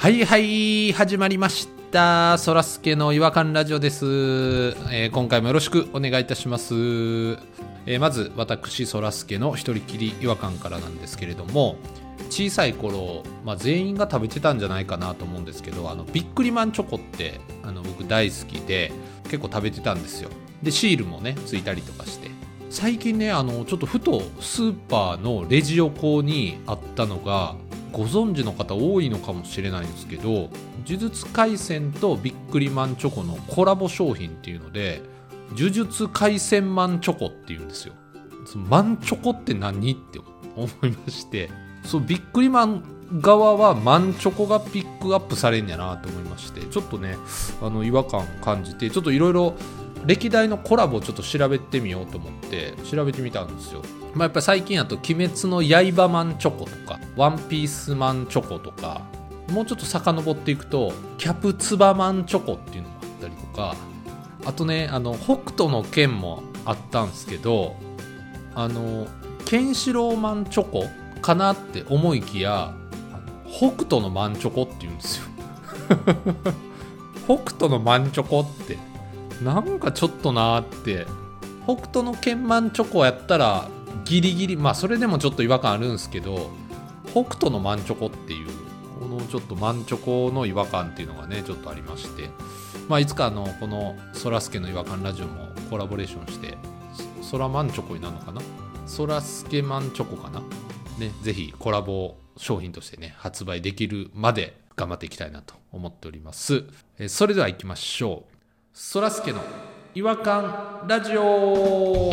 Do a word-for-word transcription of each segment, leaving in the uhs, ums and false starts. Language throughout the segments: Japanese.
はいはい始まりましたそらすけの違和感ラジオです、えー、今回もよろしくお願いいたします、えー、まず私そらすけの一人きり違和感からなんですけれども、小さい頃、まあ、全員が食べてたんじゃないかなと思うんですけど、あのビックリマンチョコってあの僕大好きで結構食べてたんですよ。でシールもねついたりとかして、最近ねあのちょっとふとスーパーのレジ横にあったのが、ご存知の方多いのかもしれないんですけど、呪術廻戦とビックリマンチョコのコラボ商品っていうので、呪術廻戦マンチョコっていうんですよ。そのマンチョコって何って思いまして、そうビックリマン側はマンチョコがピックアップされんやなと思いまして、ちょっとねあの違和感感じて、ちょっといろいろ歴代のコラボをちょっと調べてみようと思って調べてみたんですよ。まあ、やっぱり最近だと鬼滅の刃マンチョコとかワンピースマンチョコとか、もうちょっと遡っていくとキャプツバマンチョコっていうのもあったりとか、あとねあの北斗の拳もあったんですけど、あのケンシロウマンチョコかなって思いきや、北斗のマンチョコっていうんですよ北斗のマンチョコってなんかちょっとなーって、北斗の拳マンチョコやったらギリギリ、まあそれでもちょっと違和感あるんですけど、北斗のマンチョコっていうこのちょっとマンチョコの違和感っていうのがねちょっとありまして、まあいつかあのこのそらすけの違和感ラジオもコラボレーションしてそらマンチョコになるのかな、そらすけマンチョコかなね、ぜひコラボ商品としてね発売できるまで頑張っていきたいなと思っております。えそれでは行きましょう。そらすけの違和感ラジオ。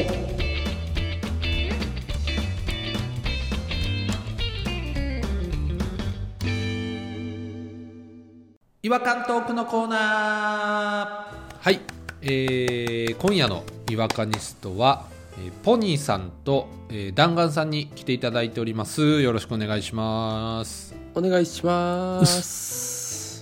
違和感トークのコーナー。はい、えー、今夜の違和感ニストは、えー、ポニーさんと、えー、弾丸さんに来ていただいております。よろしくお願いします。 お願いします。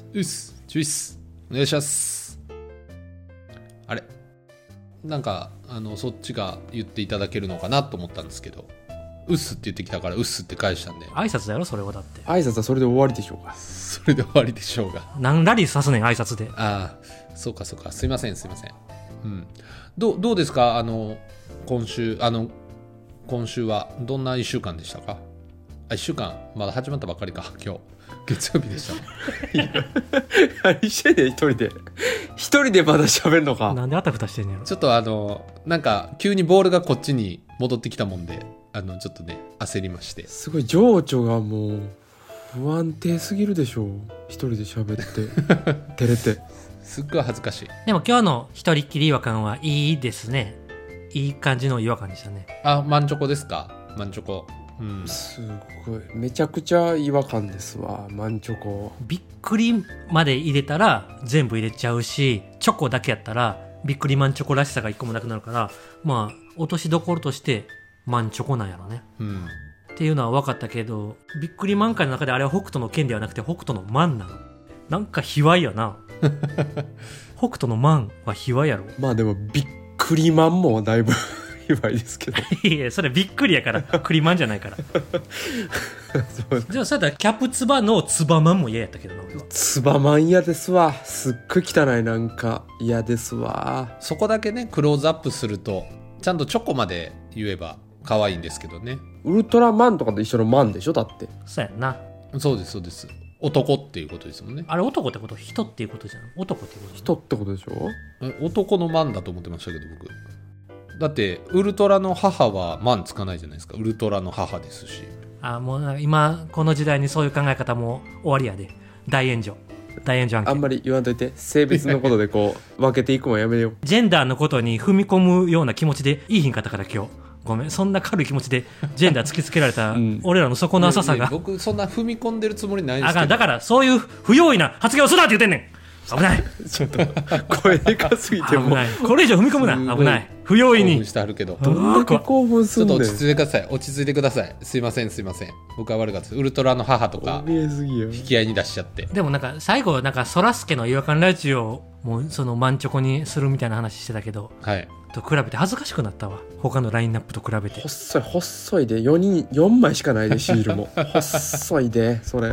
うっすチュイスお願いします。あれなんかあのそっちが言っていただけるのかなと思ったんですけど、うっすって言ってきたからうっすって返したんで、 挨拶だろそれは。だって挨拶はそれで終わりでしょうか。 それで終わりでしょうが。 何ラリーさすねん挨拶で。 ああそうかそうか、すいませんすいません。うん、ど, どうですかあの今週あの今週はどんないっしゅうかんでしたか。あいっしゅうかんまだ始まったばっかりか。今日月曜日でした何してんねん一人で一人でまだ喋るのか。 なんであたふたしてんねやろ。 ちょっとあのなんか急にボールがこっちに戻ってきたもんで、あのちょっとね焦りまして。 すごい情緒がもう不安定すぎるでしょう。一人で喋って照れてすっごい恥ずかしい。 でも今日の一人っきり違和感はいいですね。いい感じの違和感でしたね。 あ、マンチョコですか。マンチョコ、うん、 すごいめちゃくちゃ違和感ですわ。マンチョコびっくりまで入れたら全部入れちゃうし、チョコだけやったらびっくりマンチョコらしさが一個もなくなるから、まあ落としどころとしてマンチョコなんやろね、 うん、 っていうのは分かったけど、びっくりマン界の中であれは北斗の拳ではなくて北斗のマンなの。なんか卑猥やな北斗のマンは卑猥やろ。 まあでもびっくりマンもだいぶ卑猥ですけどいやそれびっくりやからクリマンじゃないからそうじゃあそうやったらキャプツバのツバマンも嫌やったけどな。 ツバマン嫌ですわ。すっごい汚い、なんか嫌ですわ。 そこだけねクローズアップするとちゃんとチョコまで言えば可愛いんですけどね。 ウルトラマンとかと一緒のマンでしょ。だってそうやんな。 そうですそうです。男っていうことですもんね。 あれ男ってこと？人っていうことじゃん。男っていうこと、 人ってことでしょ。 男のマンだと思ってましたけど僕。だってウルトラの母はマンつかないじゃないですか。ウルトラの母ですし。 あ、もう今この時代にそういう考え方も終わりやで。大炎上大炎上案件。 あんまり言わんといて。性別のことでこう分けていくのやめよう。 ジェンダーのことに踏み込むような気持ちでいいひんかったから今日ごめん。そんな軽い気持ちでジェンダー突きつけられた俺らの底の浅さが、 いやいや僕そんな踏み込んでるつもりないですけど。 あかん。だからそういう不用意な発言をするなって言ってんねん。危ないちょっと声でかすぎても危ない。これ以上踏み込むな。危ない。不用意に興奮してあるけど。 どんだけ興奮すちょっんねん。 と落ち着いてください落ち着いてください。すいませんすいません。僕は悪かったです。ウルトラの母とか見えすぎよ。 引き合いに出しちゃって。 でもなんか最後なんかそらすけの違和感ラジオもそのマンチョコにするみたいな話してたけど、 はいと比べて恥ずかしくなったわ。他のラインナップと比べて細い細いでよにんよんまいしかないでシールも細いでそれ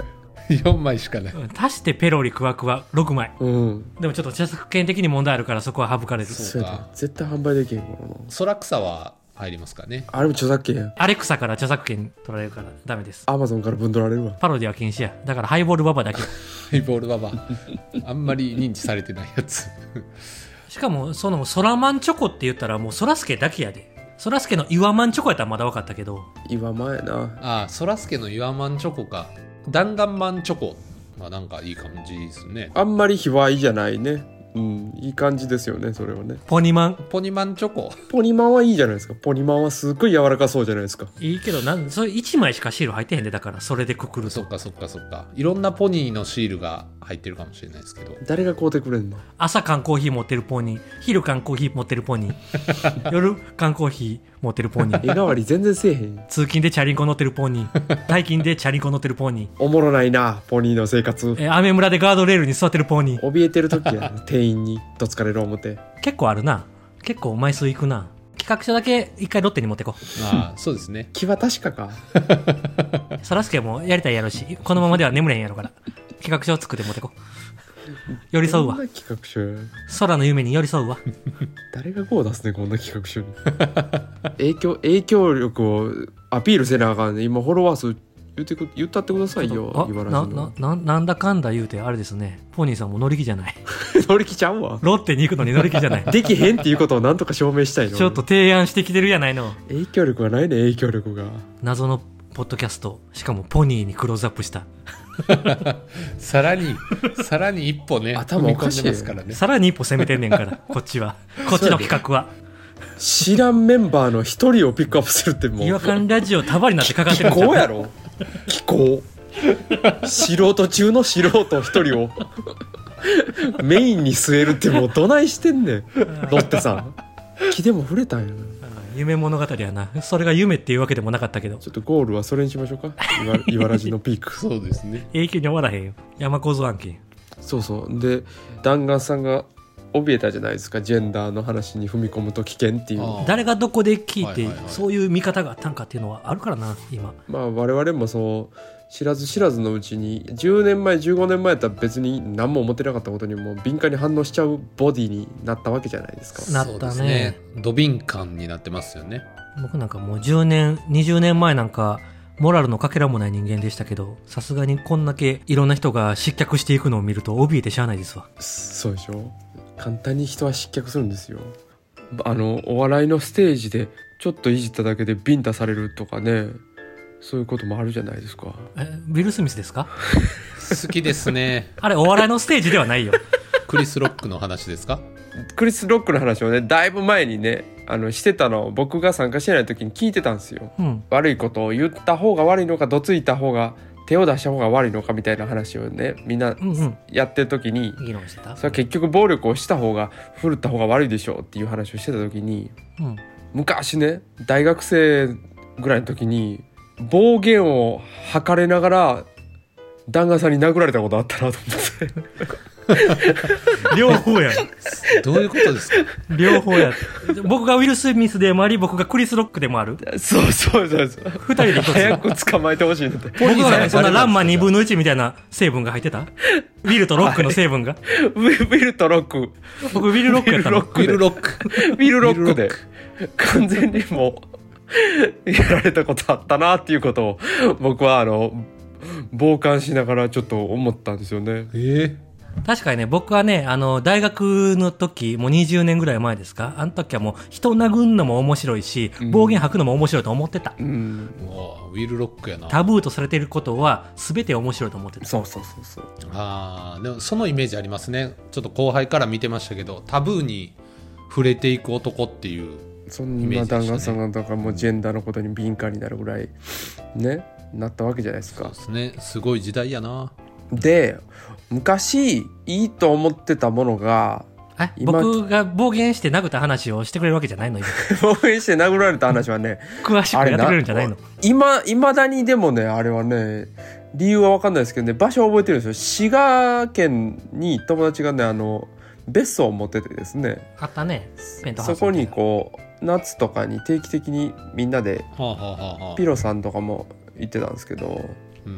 よんまいしかない。 足してペロリクワクワろくまい。 うんでもちょっと著作権的に問題あるからそこは省かれる。 そうかそうやね絶対販売できへんからな。 空草は入りますかね。 あれも著作権やん。 アレクサから著作権取られるからダメです。 アマゾンから分取られるわ。 パロディは禁止や。だからハイボールババだけ。 ハイボールババあんまり認知されてないやつしかもそのソラマンチョコって言ったらもうソラスケだけやで。ソラスケの岩マンチョコやったらまだ分かったけど、 岩間やな。 ああ、そらすけの岩マンチョコか。弾丸マンチョコはなんかいい感じですね。 あんまり卑猥じゃないね。うんいい感じですよねそれはね。 ポニマンポニマンチョコ。 ポニマンはいいじゃないですか。ポニマンはすっごい柔らかそうじゃないですか。 いいけどなんそれいちまいしかシール入ってへんで。だからそれでくくるとそっかそっかそっか。いろんなポニーのシールが入ってるかもしれないですけど。 誰が買うてくれんの。 朝缶コーヒー持ってるポニー、昼缶コーヒー持ってるポニー、夜缶コーヒー持ってるポニー、 絵代わり全然せえへん。 通勤でチャリンコ乗ってるポニー、退勤でチャリンコ乗ってるポニー、 おもろないなポニーの生活。 えー、雨村でガードレールに座ってるポニー。 怯えてる時や店員にどつかれる思て。 結構あるな。結構枚数いくな。企画書だけ一回ロッテに持ってこああ、そうですね。 気は確かか。 う。そらすけもやりたいやろし、このままでは眠れんやろから。企画書を作って持ってこう。寄り添うわこん。な企画書や。 空の夢に寄り添うわ。 誰がこう出すねこんな企画書に。影響影響力をアピールせなあかんね。今フォロワー数言ってく言ったってくださいよ。 あな茨城のなななんだかんだ言うてあれですね。ポニーさんも乗り気じゃない。 乗り気ちゃうわ。 ロッテに行くのに乗り気じゃない。 できへんっていうことをなんとか証明したいの。 ちょっと提案してきてるやないの。 影響力がないね。影響力が。 謎のポッドキャスト、しかもポニーにクローズアップした。 さらにさらに一歩ね頭おかしい踏み込んでますからね。 さらに一歩攻めてんねんからこっちは。こっちの企画は知らんメンバーの一人をピックアップするってもう違和感ラジオ束になってかかってるん気ちゃう候やろ。気候。素人中の素人一人をメインに据えるってもうどないしてんねんロッテさん。気でも触れたんやな。 夢物語やな。それが夢っていうわけでもなかったけどちょっとゴールはそれにしましょうか。茨城のピーク。 そうですね。 永久に終わらへんよ。山小僧案件。 そうそうで弾丸さんが怯えたじゃないですか。ジェンダーの話に踏み込むと危険っていう。 ああ誰がどこで聞いて、 はいはいはいそういう見方があったんかっていうのはあるからな今。 まあ我々もそう知らず知らずのうちにじゅうねんまえじゅうごねんまえやったら別に何も思ってなかったことにも敏感に反応しちゃうボディになったわけじゃないですか。 なったね。 そうですね。ド敏感になってますよね。 僕なんかもうじゅうねんにじゅうねんまえなんかモラルのかけらもない人間でしたけど、さすがにこんだけいろんな人が失脚していくのを見ると怯えてしゃあないですわ。 そうでしょ。簡単に人は失脚するんですよ。あのお笑いのステージでちょっといじっただけでビンタされるとかね、そういうこともあるじゃないですか。 えウィル・スミスですか？ 好きですね。 あれお笑いのステージではないよ。 クリス・ロックの話ですか？ クリス・ロックの話をねだいぶ前にねあのしてたのを僕が参加してない時に聞いてたんですよ。 うん悪いことを言った方が悪いのかどついた方が手を出した方が悪いのかみたいな話をねみんなうんうんやってる時に、 議論してた。 それは結局暴力をした方が振るった方が悪いでしょうっていう話をしてた時に、 うん昔ね大学生ぐらいの時に暴言を吐かれながら旦那さんに殴られたことあったなと思って両方や。 どういうことですか？ 両方や。僕がウィル・スミスでもあり、僕がクリス・ロックでもある。 そうそうそうそう二人で一つ。 早く捕まえてほしいなって僕がそんなランマにぶんのいちみたいな成分が入ってた？ウィルとロックの成分が。 ウィウィルとロック僕ウィル・ロックやったの。 ウィルロックウィル・ロック。 ウィルロックで完全にもうやられたことあったなっていうことを僕はあの傍観しながらちょっと思ったんですよね。 え確かにね、僕はね、あの、大学の時、もうにじゅうねんぐらい前ですか？あの時はもう人殴んのも面白いし、暴言吐くのも面白いと思ってた。 うんー、もうウィル・ロックやな。 タブーとされていることは全て面白いと思ってた。 そうそうそうそうあー、でもそのイメージありますね。ちょっと後輩から見てましたけど、タブーに触れていく男っていう。 そんな旦那さんがだからもうジェンダーのことに敏感になるぐらいねなったわけじゃないですか。 そうですね。すごい時代やな。 で昔いいと思ってたものがえ今僕が暴言して殴った話をしてくれるわけじゃないの今。 応援して殴られた話はね詳しくやってくれるんじゃないの？ 今いまだにでもねあれはね理由は分かんないですけどね場所を覚えてるんですよ。滋賀県に友達がねあの別荘を持っててですね、 あったね。ペントハウスそこにこう夏とかに定期的にみんなではあはあはあはあ。 ピロさんとかも行ってたんですけど、 うん。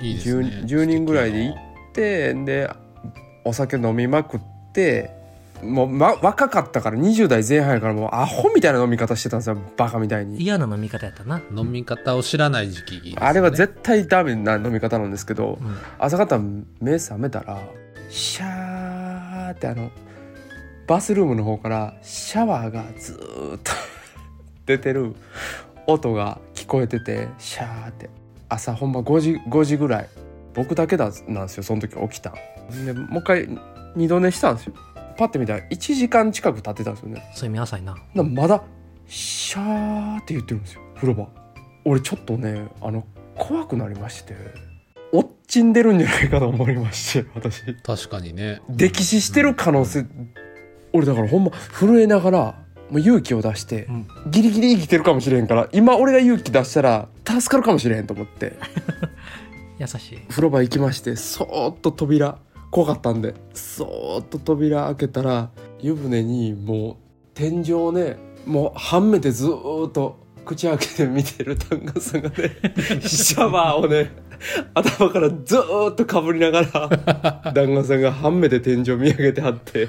いいですね 10, じゅうにんぐらいで行ってでお酒飲みまくってもう、ま、若かったからにじゅう代前半やからもうアホみたいな飲み方してたんですよバカみたいに。 嫌な飲み方やったな。 飲み方を知らない時期ですね、 あれは絶対ダメな飲み方なんですけど、 うん、 朝方目覚めたらシャーってあのバスルームの方からシャワーがずーっと出てる音が聞こえててシャーって朝ほんまごじ、ごじぐらい僕だけだなんですよその時起きたんでもう一回二度寝したんですよ。パッて見たらいちじかん近く経ってたんですよね。 そういう意味浅いな。 なまだシャーって言ってるんですよ風呂場。俺ちょっとねあの怖くなりまして落ちんでるんじゃないかと思いまして私確かにね溺死してる可能性、うん、俺だからほんま震えながらもう勇気を出して、うん、ギリギリ生きてるかもしれへんから今俺が勇気出したら助かるかもしれへんと思って優しい風呂場行きましてそーっと扉怖かったんでそーっと扉開けたら湯船にもう天井ねもう半目でずーっと口開けて見てる旦那さんがねシャワーをね頭からずーっとかぶりながら旦那さんが半目で天井見上げてはって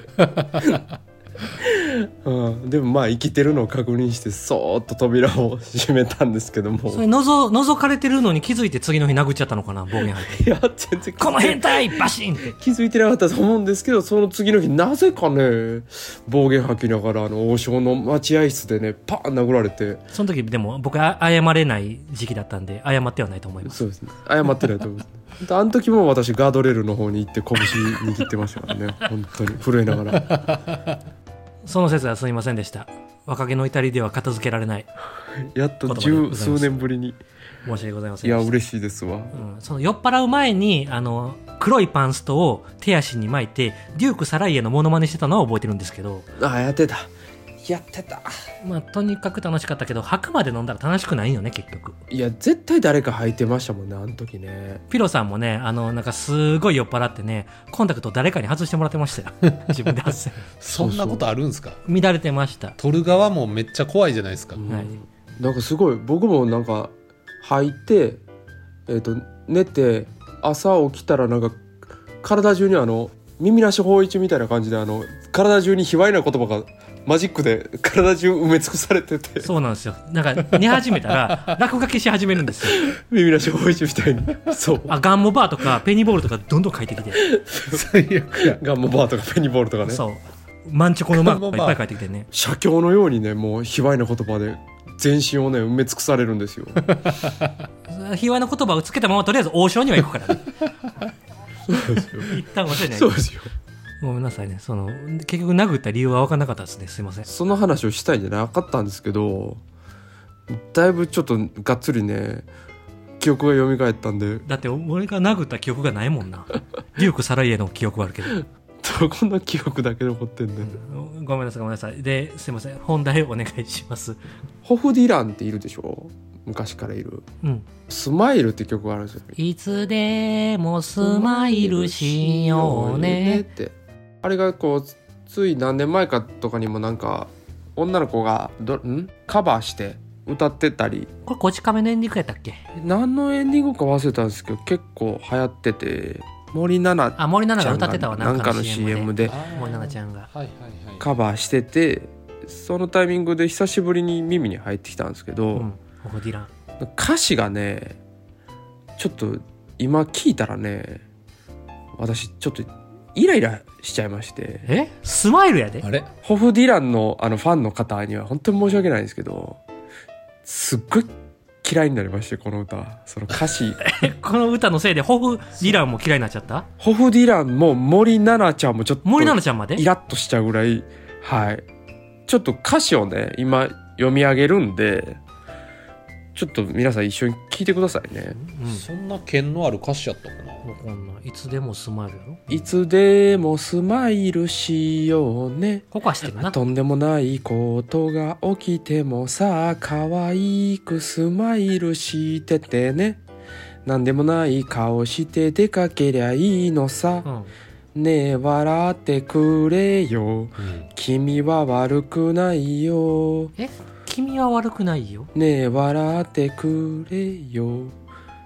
うん、でもまあ生きてるのを確認してそーっと扉を閉めたんですけどもそれのぞ覗かれてるのに気づいて次の日殴っちゃったのかな暴言吐いていや全然この変態バシンって気づいてなかったと思うんですけどその次の日なぜかね暴言吐きながらあの王将の待合室でねパーン殴られてその時でも僕謝れない時期だったんで謝ってはないと思います。 そうですね謝ってないと思いますあの時も私ガードレールの方に行って拳握ってましたからね本当に震えながらその説はすみませんでした。若気の至りでは片付けられないやっと十数年ぶりに申し訳ございませんいや嬉しいですわ、 うん、その酔っ払う前にあの黒いパンストを手足に巻いてデューク・サライエのモノマネしてたのは覚えてるんですけどあやってたやってたまあとにかく楽しかったけど吐くまで飲んだら楽しくないよね結局。 いや絶対誰か吐いてましたもんねあの時ね。 ピロさんもねあのなんかすごい酔っ払ってねコンタクト誰かに外してもらってましたよ自分で外せそんなことあるんですか。 乱れてました。 取る側もめっちゃ怖いじゃないですか、 うんはい、 なんかすごい僕もなんか吐いて、えーと、寝て朝起きたらなんか体中にあの耳なし法一みたいな感じであの体中に卑猥な言葉がマジックで体中埋め尽くされててそうなんですよ。なんか寝始めたら落書きし始めるんですよ耳なし法一みたいにそうあガンモバーとかペニボールとかどんどん書いてきて最悪やガンモバーとかペニボールとかねそうマンチョコのマークがいっぱい書いてきてね写経のようにねもう卑猥な言葉で全身をね埋め尽くされるんですよ卑猥な言葉をつけたままとりあえず王将には行くからねそうですよ一旦忘れない。 そうですよごめんなさいねその結局殴った理由は分からなかったですねすいません。 その話をしたいんじゃなかったんですけどだいぶちょっとがっつりね記憶が蘇ったんでだって俺が殴った記憶がないもんなデューク・サライエの記憶はあるけどどこの記憶だけ残ってんね、 うん、ごめんなさいごめんなさい。ですいません本題をお願いします。 ホフディランっているでしょ昔からいる、 うん、 スマイルって曲があるんですよ。 いつでもスマイルしようねってあれがこうつい何年前かとかにもなんか女の子がどんカバーして歌ってたりこれこち亀のエンディングやったっけ。 何のエンディングか忘れたんですけど結構流行ってて森七菜ちゃんがあ森七菜が歌ってたわなんかの シーエム で森七菜ちゃんがカバーしててそのタイミングで久しぶりに耳に入ってきたんですけど、 うん、ホフディラン歌詞がねちょっと今聞いたらね私ちょっとイライラしちゃいまして。 えスマイルやで。 あれホフディランのあのファンの方には本当に申し訳ないんですけどすっごい嫌いになりましてこの歌その歌詞この歌のせいでホフディランも嫌いになっちゃった。 ホフディランも森七菜ちゃんもちょっと森七菜ちゃんまでイラッとしちゃうぐらいはいちょっと歌詞をね今読み上げるんでちょっと皆さん一緒に聞いてくださいね、 うん、そんな剣のある歌詞やったかな。 わかんない。いつでもスマイルやろ。 いつでもスマイルしようねここは知ってるな。 とんでもないことが起きてもさあ可愛くスマイルしててねなんでもない顔して出かけりゃいいのさ、うん、ねえ笑ってくれよ、うん、君は悪くないよえ君は悪くないよねえ笑ってくれよ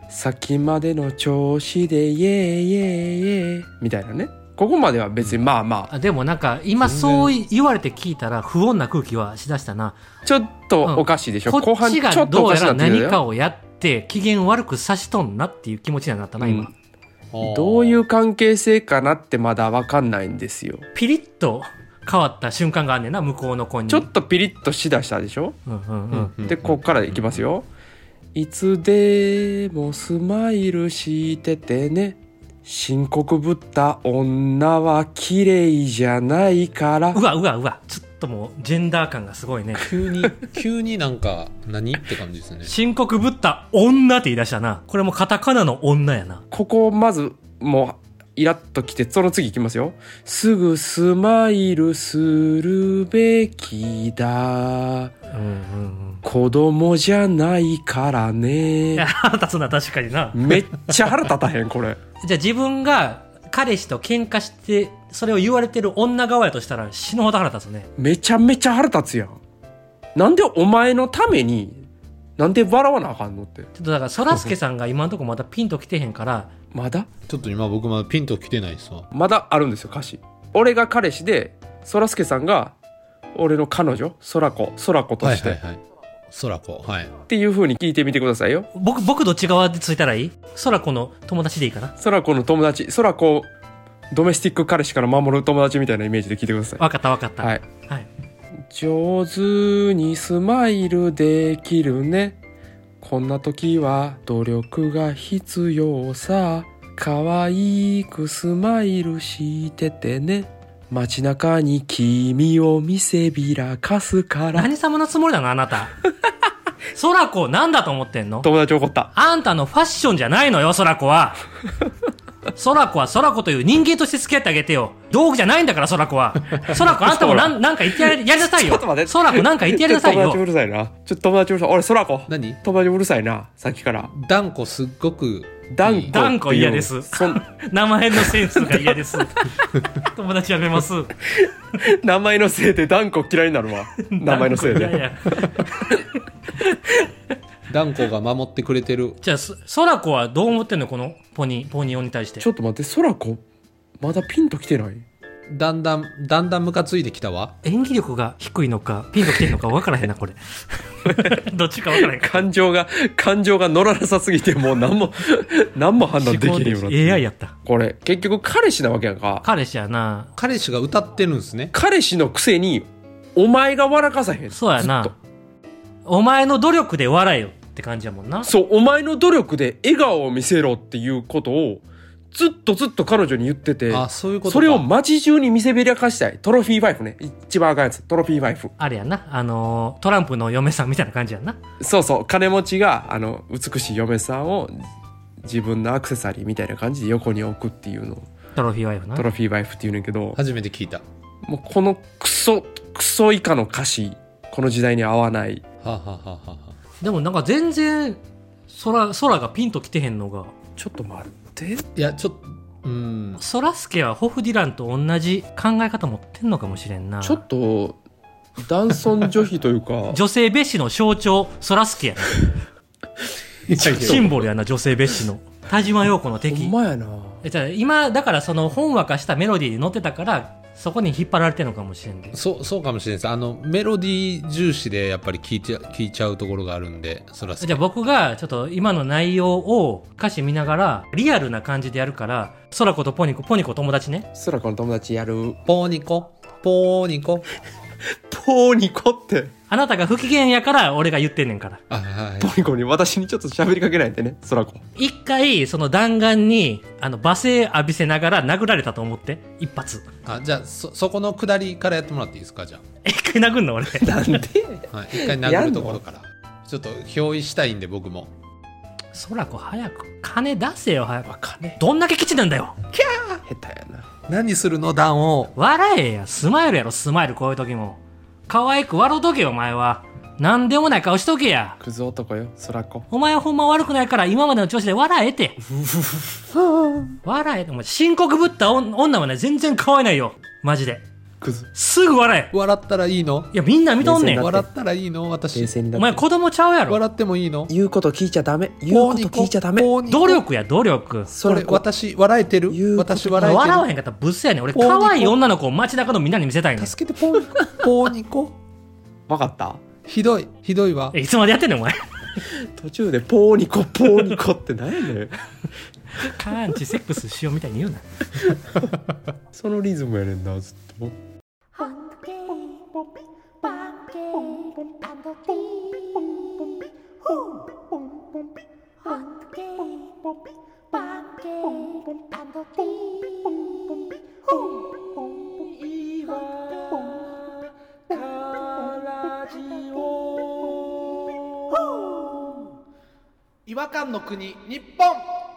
さっきまでの調子でイエーイエーイエーみたいなね。ここまでは別にまあまあ、 あでもなんか今そう言われて聞いたら不穏な空気はしだしたな。 ちょっとおかしいでしょ、 こ後半っちがちょっとおどうやかしなってるよら何かをやって機嫌悪くさしとんなっていう気持ちになったな今、 うん、どういう関係性かなってまだ分かんないんですよ。 ピリッと変わった瞬間があんねんな、向こうの子に。 ちょっとピリッとしだしたでしょ、 うんうんうん、 でこっからいきますよ。いつでもスマイルしててね、深刻ぶった女は綺麗じゃないから。 うわうわうわ、ちょっともうジェンダー感がすごいね。 急に急になんか何って感じですね。 深刻ぶった女って言い出したな。これもカタカナの女やな。 ここまずもうイラッときて、その次いきますよ。すぐスマイルするべきだ、 うんうんうん、 子供じゃないからね。 いや腹立つな、確かにな。 めっちゃ腹立たへんこれ。 じゃあ自分が彼氏と喧嘩してそれを言われてる女側やとしたら死ぬほど腹立つね。 めちゃめちゃ腹立つやん。なんでお前のためになんで笑わなあかんのって。 ちょっとだからそらすけさんが今のところまだピンときてへんからまだちょっと今僕まだピンと来てないですわ。 まだあるんですよ歌詞。俺が彼氏でそらすけさんが俺の彼女そらこそらことして、 はいはいはい、そらこ、はい、 っていう風に聞いてみてくださいよ。 僕僕どっち側でついたらいい？そらこの友達でいいかな。 そらこの友達、そらこドメスティック彼氏から守る友達みたいなイメージで聞いてください。 わかったわかった。 はい、 はい、 上手にスマイルできるね、こんな時は努力が必要さ、可愛くスマイルしててね、街中に君を見せびらかすから。 何様のつもりなのあなた。そらこなんだと思ってんの？ 友達怒った。 あんたのファッションじゃないのよ、そらこは。そらこはそらこという人間として付き合ってあげてよ。道具じゃないんだから、そらこは。そらこあんたもなんなんか言ってやりやりなさいよ。 ちょっと待って。 そらこなんか言ってやりなさいよ。 友達うるさいな。ちょっと友達うるさい。俺そらこ。 何？ 友達うるさいな。さっきから。 断固すっごく断固。 断固嫌です。名前のセンスが嫌です。友達やめます。 名前のせいで断固嫌いになるわ。名前のせいで。 いやいや。 断固が守ってくれてる。 じゃあそそらこはどう思ってんの、このポニーポニオに対して。 ちょっと待って、そらこまだピンときてない？ だんだんだんだんムカついてきたわ。 演技力が低いのかピンときてんのか分からへんなこれ。どっちか分からへんか。 感情が感情が乗らなさすぎてもう何も何も判断できへんようになってる。 エーアイ やった。 これ結局彼氏なわけやんか。 彼氏やな。 彼氏が歌ってるんですね。 彼氏のくせにお前が笑かさへん。 そうやな。お前の努力で笑えよって感じやもんな。 そう、お前の努力で笑顔を見せろっていうことをずっとずっと彼女に言ってて、 あ、そういうことか。 それを街中に見せびらかしたい。トロフィーワイフね、一番赤いやつ、トロフィーワイフ。 あれやな、あのー、トランプの嫁さんみたいな感じやんな。 そうそう、金持ちがあの美しい嫁さんを自分のアクセサリーみたいな感じで横に置くっていうのをトロフィーワイフな。 トロフィーワイフっていうねんけど、 初めて聞いた。 もうこのクソクソ以下の歌詞、この時代に合わない。 はあ、はあはあはあ、 でもなんか全然空空がピンときてへんのが。 ちょっと待って、 いやちょっとうん、 ソラスケはホフディランと同じ考え方持ってんのかもしれんな。 ちょっと男尊女卑というか女性蔑視の象徴ソラスケやな。シンボルやな、女性蔑視の。田島陽子の敵。 ほんまやな。 えじゃあ今だからそのほんわかしたメロディーに乗ってたからそこに引っ張られてるのかもしれんで。 そうそうかもしれないです。あのメロディー重視でやっぱり聴いちゃ聴いちゃうところがあるんで、そらじゃあ僕がちょっと今の内容を歌詞見ながらリアルな感じでやるから、ソラコとポニコ、ポニコ友達ね。 そらこの友達やる。 ポーニコポーニコポーニコってあなたが不機嫌やから俺が言ってんねんから。 あ、はい、 ポニコに私にちょっと喋りかけないでね、そらこ。 一回その弾丸にあの罵声浴びせながら殴られたと思って一発。 あ、じゃあ そ, そこの下りからやってもらっていいですか。じゃ一回殴んの俺。 なんであ、はい、一回殴るところからちょっと憑依したいんで僕も。 そらこ早く金出せよ早く。 金どんだけ基地なんだよ。 キャー下手やな。 何するのダンを。 笑えや、スマイルやろスマイル。こういう時も可愛く笑うとけよお前は。なんでもない顔しとけや。 クズ男よ、そらこ。 お前はほんま悪くないから今までの調子で笑えて。笑えて。お前深刻ぶった女はね全然可愛いないよマジで。 クズ。 すぐ笑え。 笑ったらいいの？ いや、みんな見とんねん。 冷静にな笑ったらいいの？私冷静になってお前子供ちゃうやろ。 笑ってもいいの？ 言うこと聞いちゃダメ。言うこと聞いちゃダメ。 ポーニコ努力や、努力。 これ私笑えてる？ 言うこと私笑えてる？ 笑わへんかったらブスやねん。俺、 ポーニコ可愛い女の子を街中のみんなに見せたいねん。 助けてポーニコポーニコわかった？ ひどいひどいわ。 え、いつまでやってんねん、お前。 途中でポーニコポーニコって何やねん。 カーンチセックスしようみたいに言うな。 そのリズムやねんなずっと。 違和感の国日本。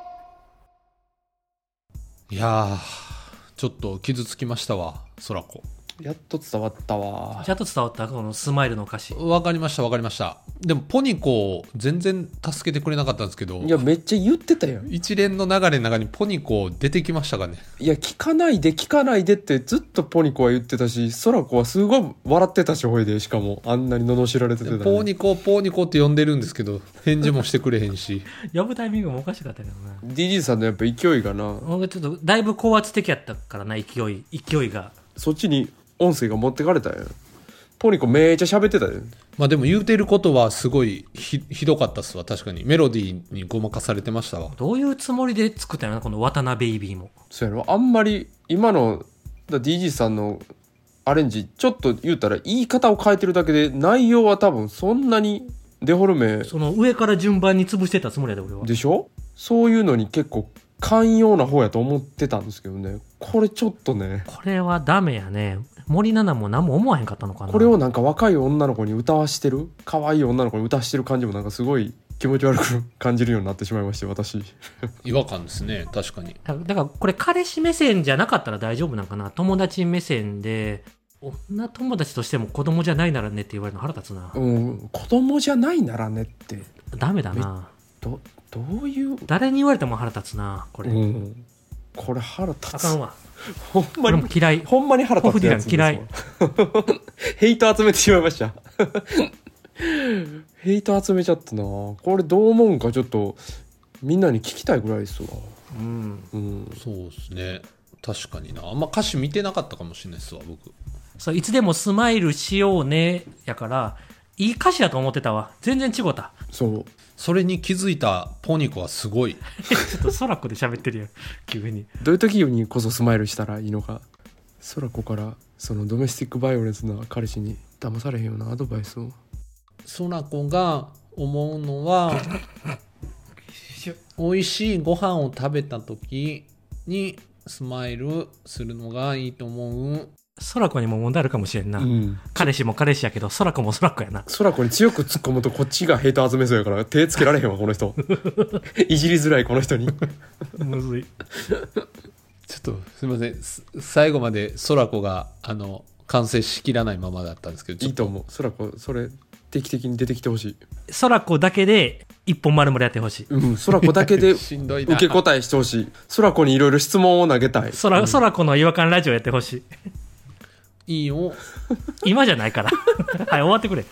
いやーちょっと傷つきましたわ空子。 やっと伝わったわ。 ちゃんと伝わったこのスマイルの歌詞。 わかりましたわかりました。でもポニコ全然助けてくれなかったんですけど、 いやめっちゃ言ってたやん。 一連の流れの中にポニコ出てきましたかね。 いや聞かないで聞かないでってずっとポニコは言ってたし、ソラコはすごい笑ってたし、ほいでしかもあんなに罵られててたのに。 ポーニコポーニコって呼んでるんですけど返事もしてくれへんし呼ぶタイミングもおかしかったけどな。 ディージー さんのやっぱ勢いがな、 俺ちょっとだいぶ高圧的やったからな、勢い勢いが。 そっちに音声が持ってかれたんやん。ポニコめっちゃ喋ってたよ。 まあでも言うてることはすごい ひ, ひどかったっすわ。確かにメロディーにごまかされてましたわ。 どういうつもりで作ったんやな、この渡辺ベイビーも。 そうやろ、あんまり今のだ ディージー さんのアレンジちょっと言うたら言い方を変えてるだけで、内容は多分そんなにデフォルメその上から順番に潰してたつもりやで俺は。 でしょ。そういうのに結構寛容な方やと思ってたんですけどね、これちょっとね、 これはダメやね。森七菜も何も思わへんかったのかな。 これをなんか若い女の子に歌わしてる、可愛い女の子に歌わしてる感じもなんかすごい気持ち悪く感じるようになってしまいまして、私違和感ですね確かに。 だだからこれ彼氏目線じゃなかったら大丈夫なんかな。友達目線で、女友達としても子供じゃないならねって言われるの腹立つな。 うん子供じゃないならねってダメだな。 どどういう誰に言われても腹立つなこれ、 うん、これ腹立つ。 あかんわ。 ほんま俺にも嫌い。 ほんまに腹立つやつですわ。 ホフディラン嫌いヘイト集めてしまいましたヘイト集めちゃったな。これどう思うんかちょっとみんなに聞きたいぐらいですわ。 うん、 うん、 そうですね確かにな。あんま歌詞見てなかったかもしれないですわ僕。 そういつでもスマイルしようねやからいい歌詞だと思ってたわ。全然違ったそうそれに気づいたポニコはすごい。 ちょっと空子で喋ってるやん急に。 どういう時にこそスマイルしたらいいのか、空子からそのドメスティックバイオレンスな彼氏に騙されへんようなアドバイスを。 空子が思うのは美味しいご飯を食べた時にスマイルするのがいいと思う。 空子にも問題あるかもしれんな、 うん、 彼氏も彼氏やけど空子も空子やな。 空子に強く突っ込むとこっちがヘイト集めそうやから手つけられへんわこの人いじりづらいこの人にむずい。 ちょっとすみません最後まで空子があの完成しきらないままだったんですけど、ちょっといいと思う。空子それ定期的に出てきてほしい。 空子だけで一本丸々やってほしい。 うん、空子だけでしんどいな受け答えしてほしい。空子にいろいろ質問を投げたい。 空空子の違和感ラジオやってほしい。 いいよ今じゃないからはい終わってくれ。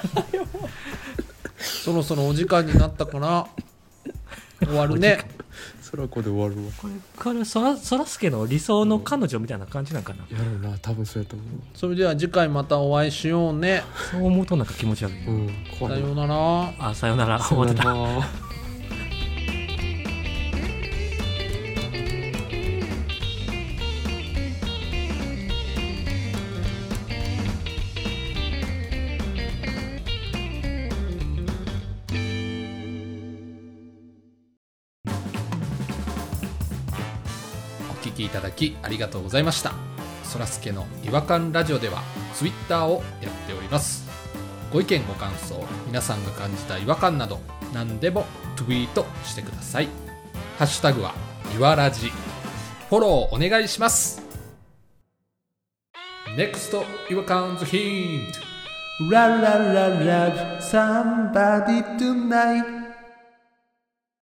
そろそろお時間になったから終わるね。 空子で終わるわ。 これこれそらそらすけの理想の彼女みたいな感じなんかな。 やるな、多分そうやと思う。 それでは次回またお会いしようね。 そう思うとなんか気持ち悪い、 うん、怖い。 さようなら。 あさよならさよ終わってた。 なら。 お聞きいただきありがとうございました。そらすけの違和感ラジオではツイッターをやっております。ご意見ご感想、皆さんが感じた違和感など何でもツイートしてください。ハッシュタグはいわらじ。フォローお願いします。 ネクスト 違和感ズヒント。ララララ somebody tonight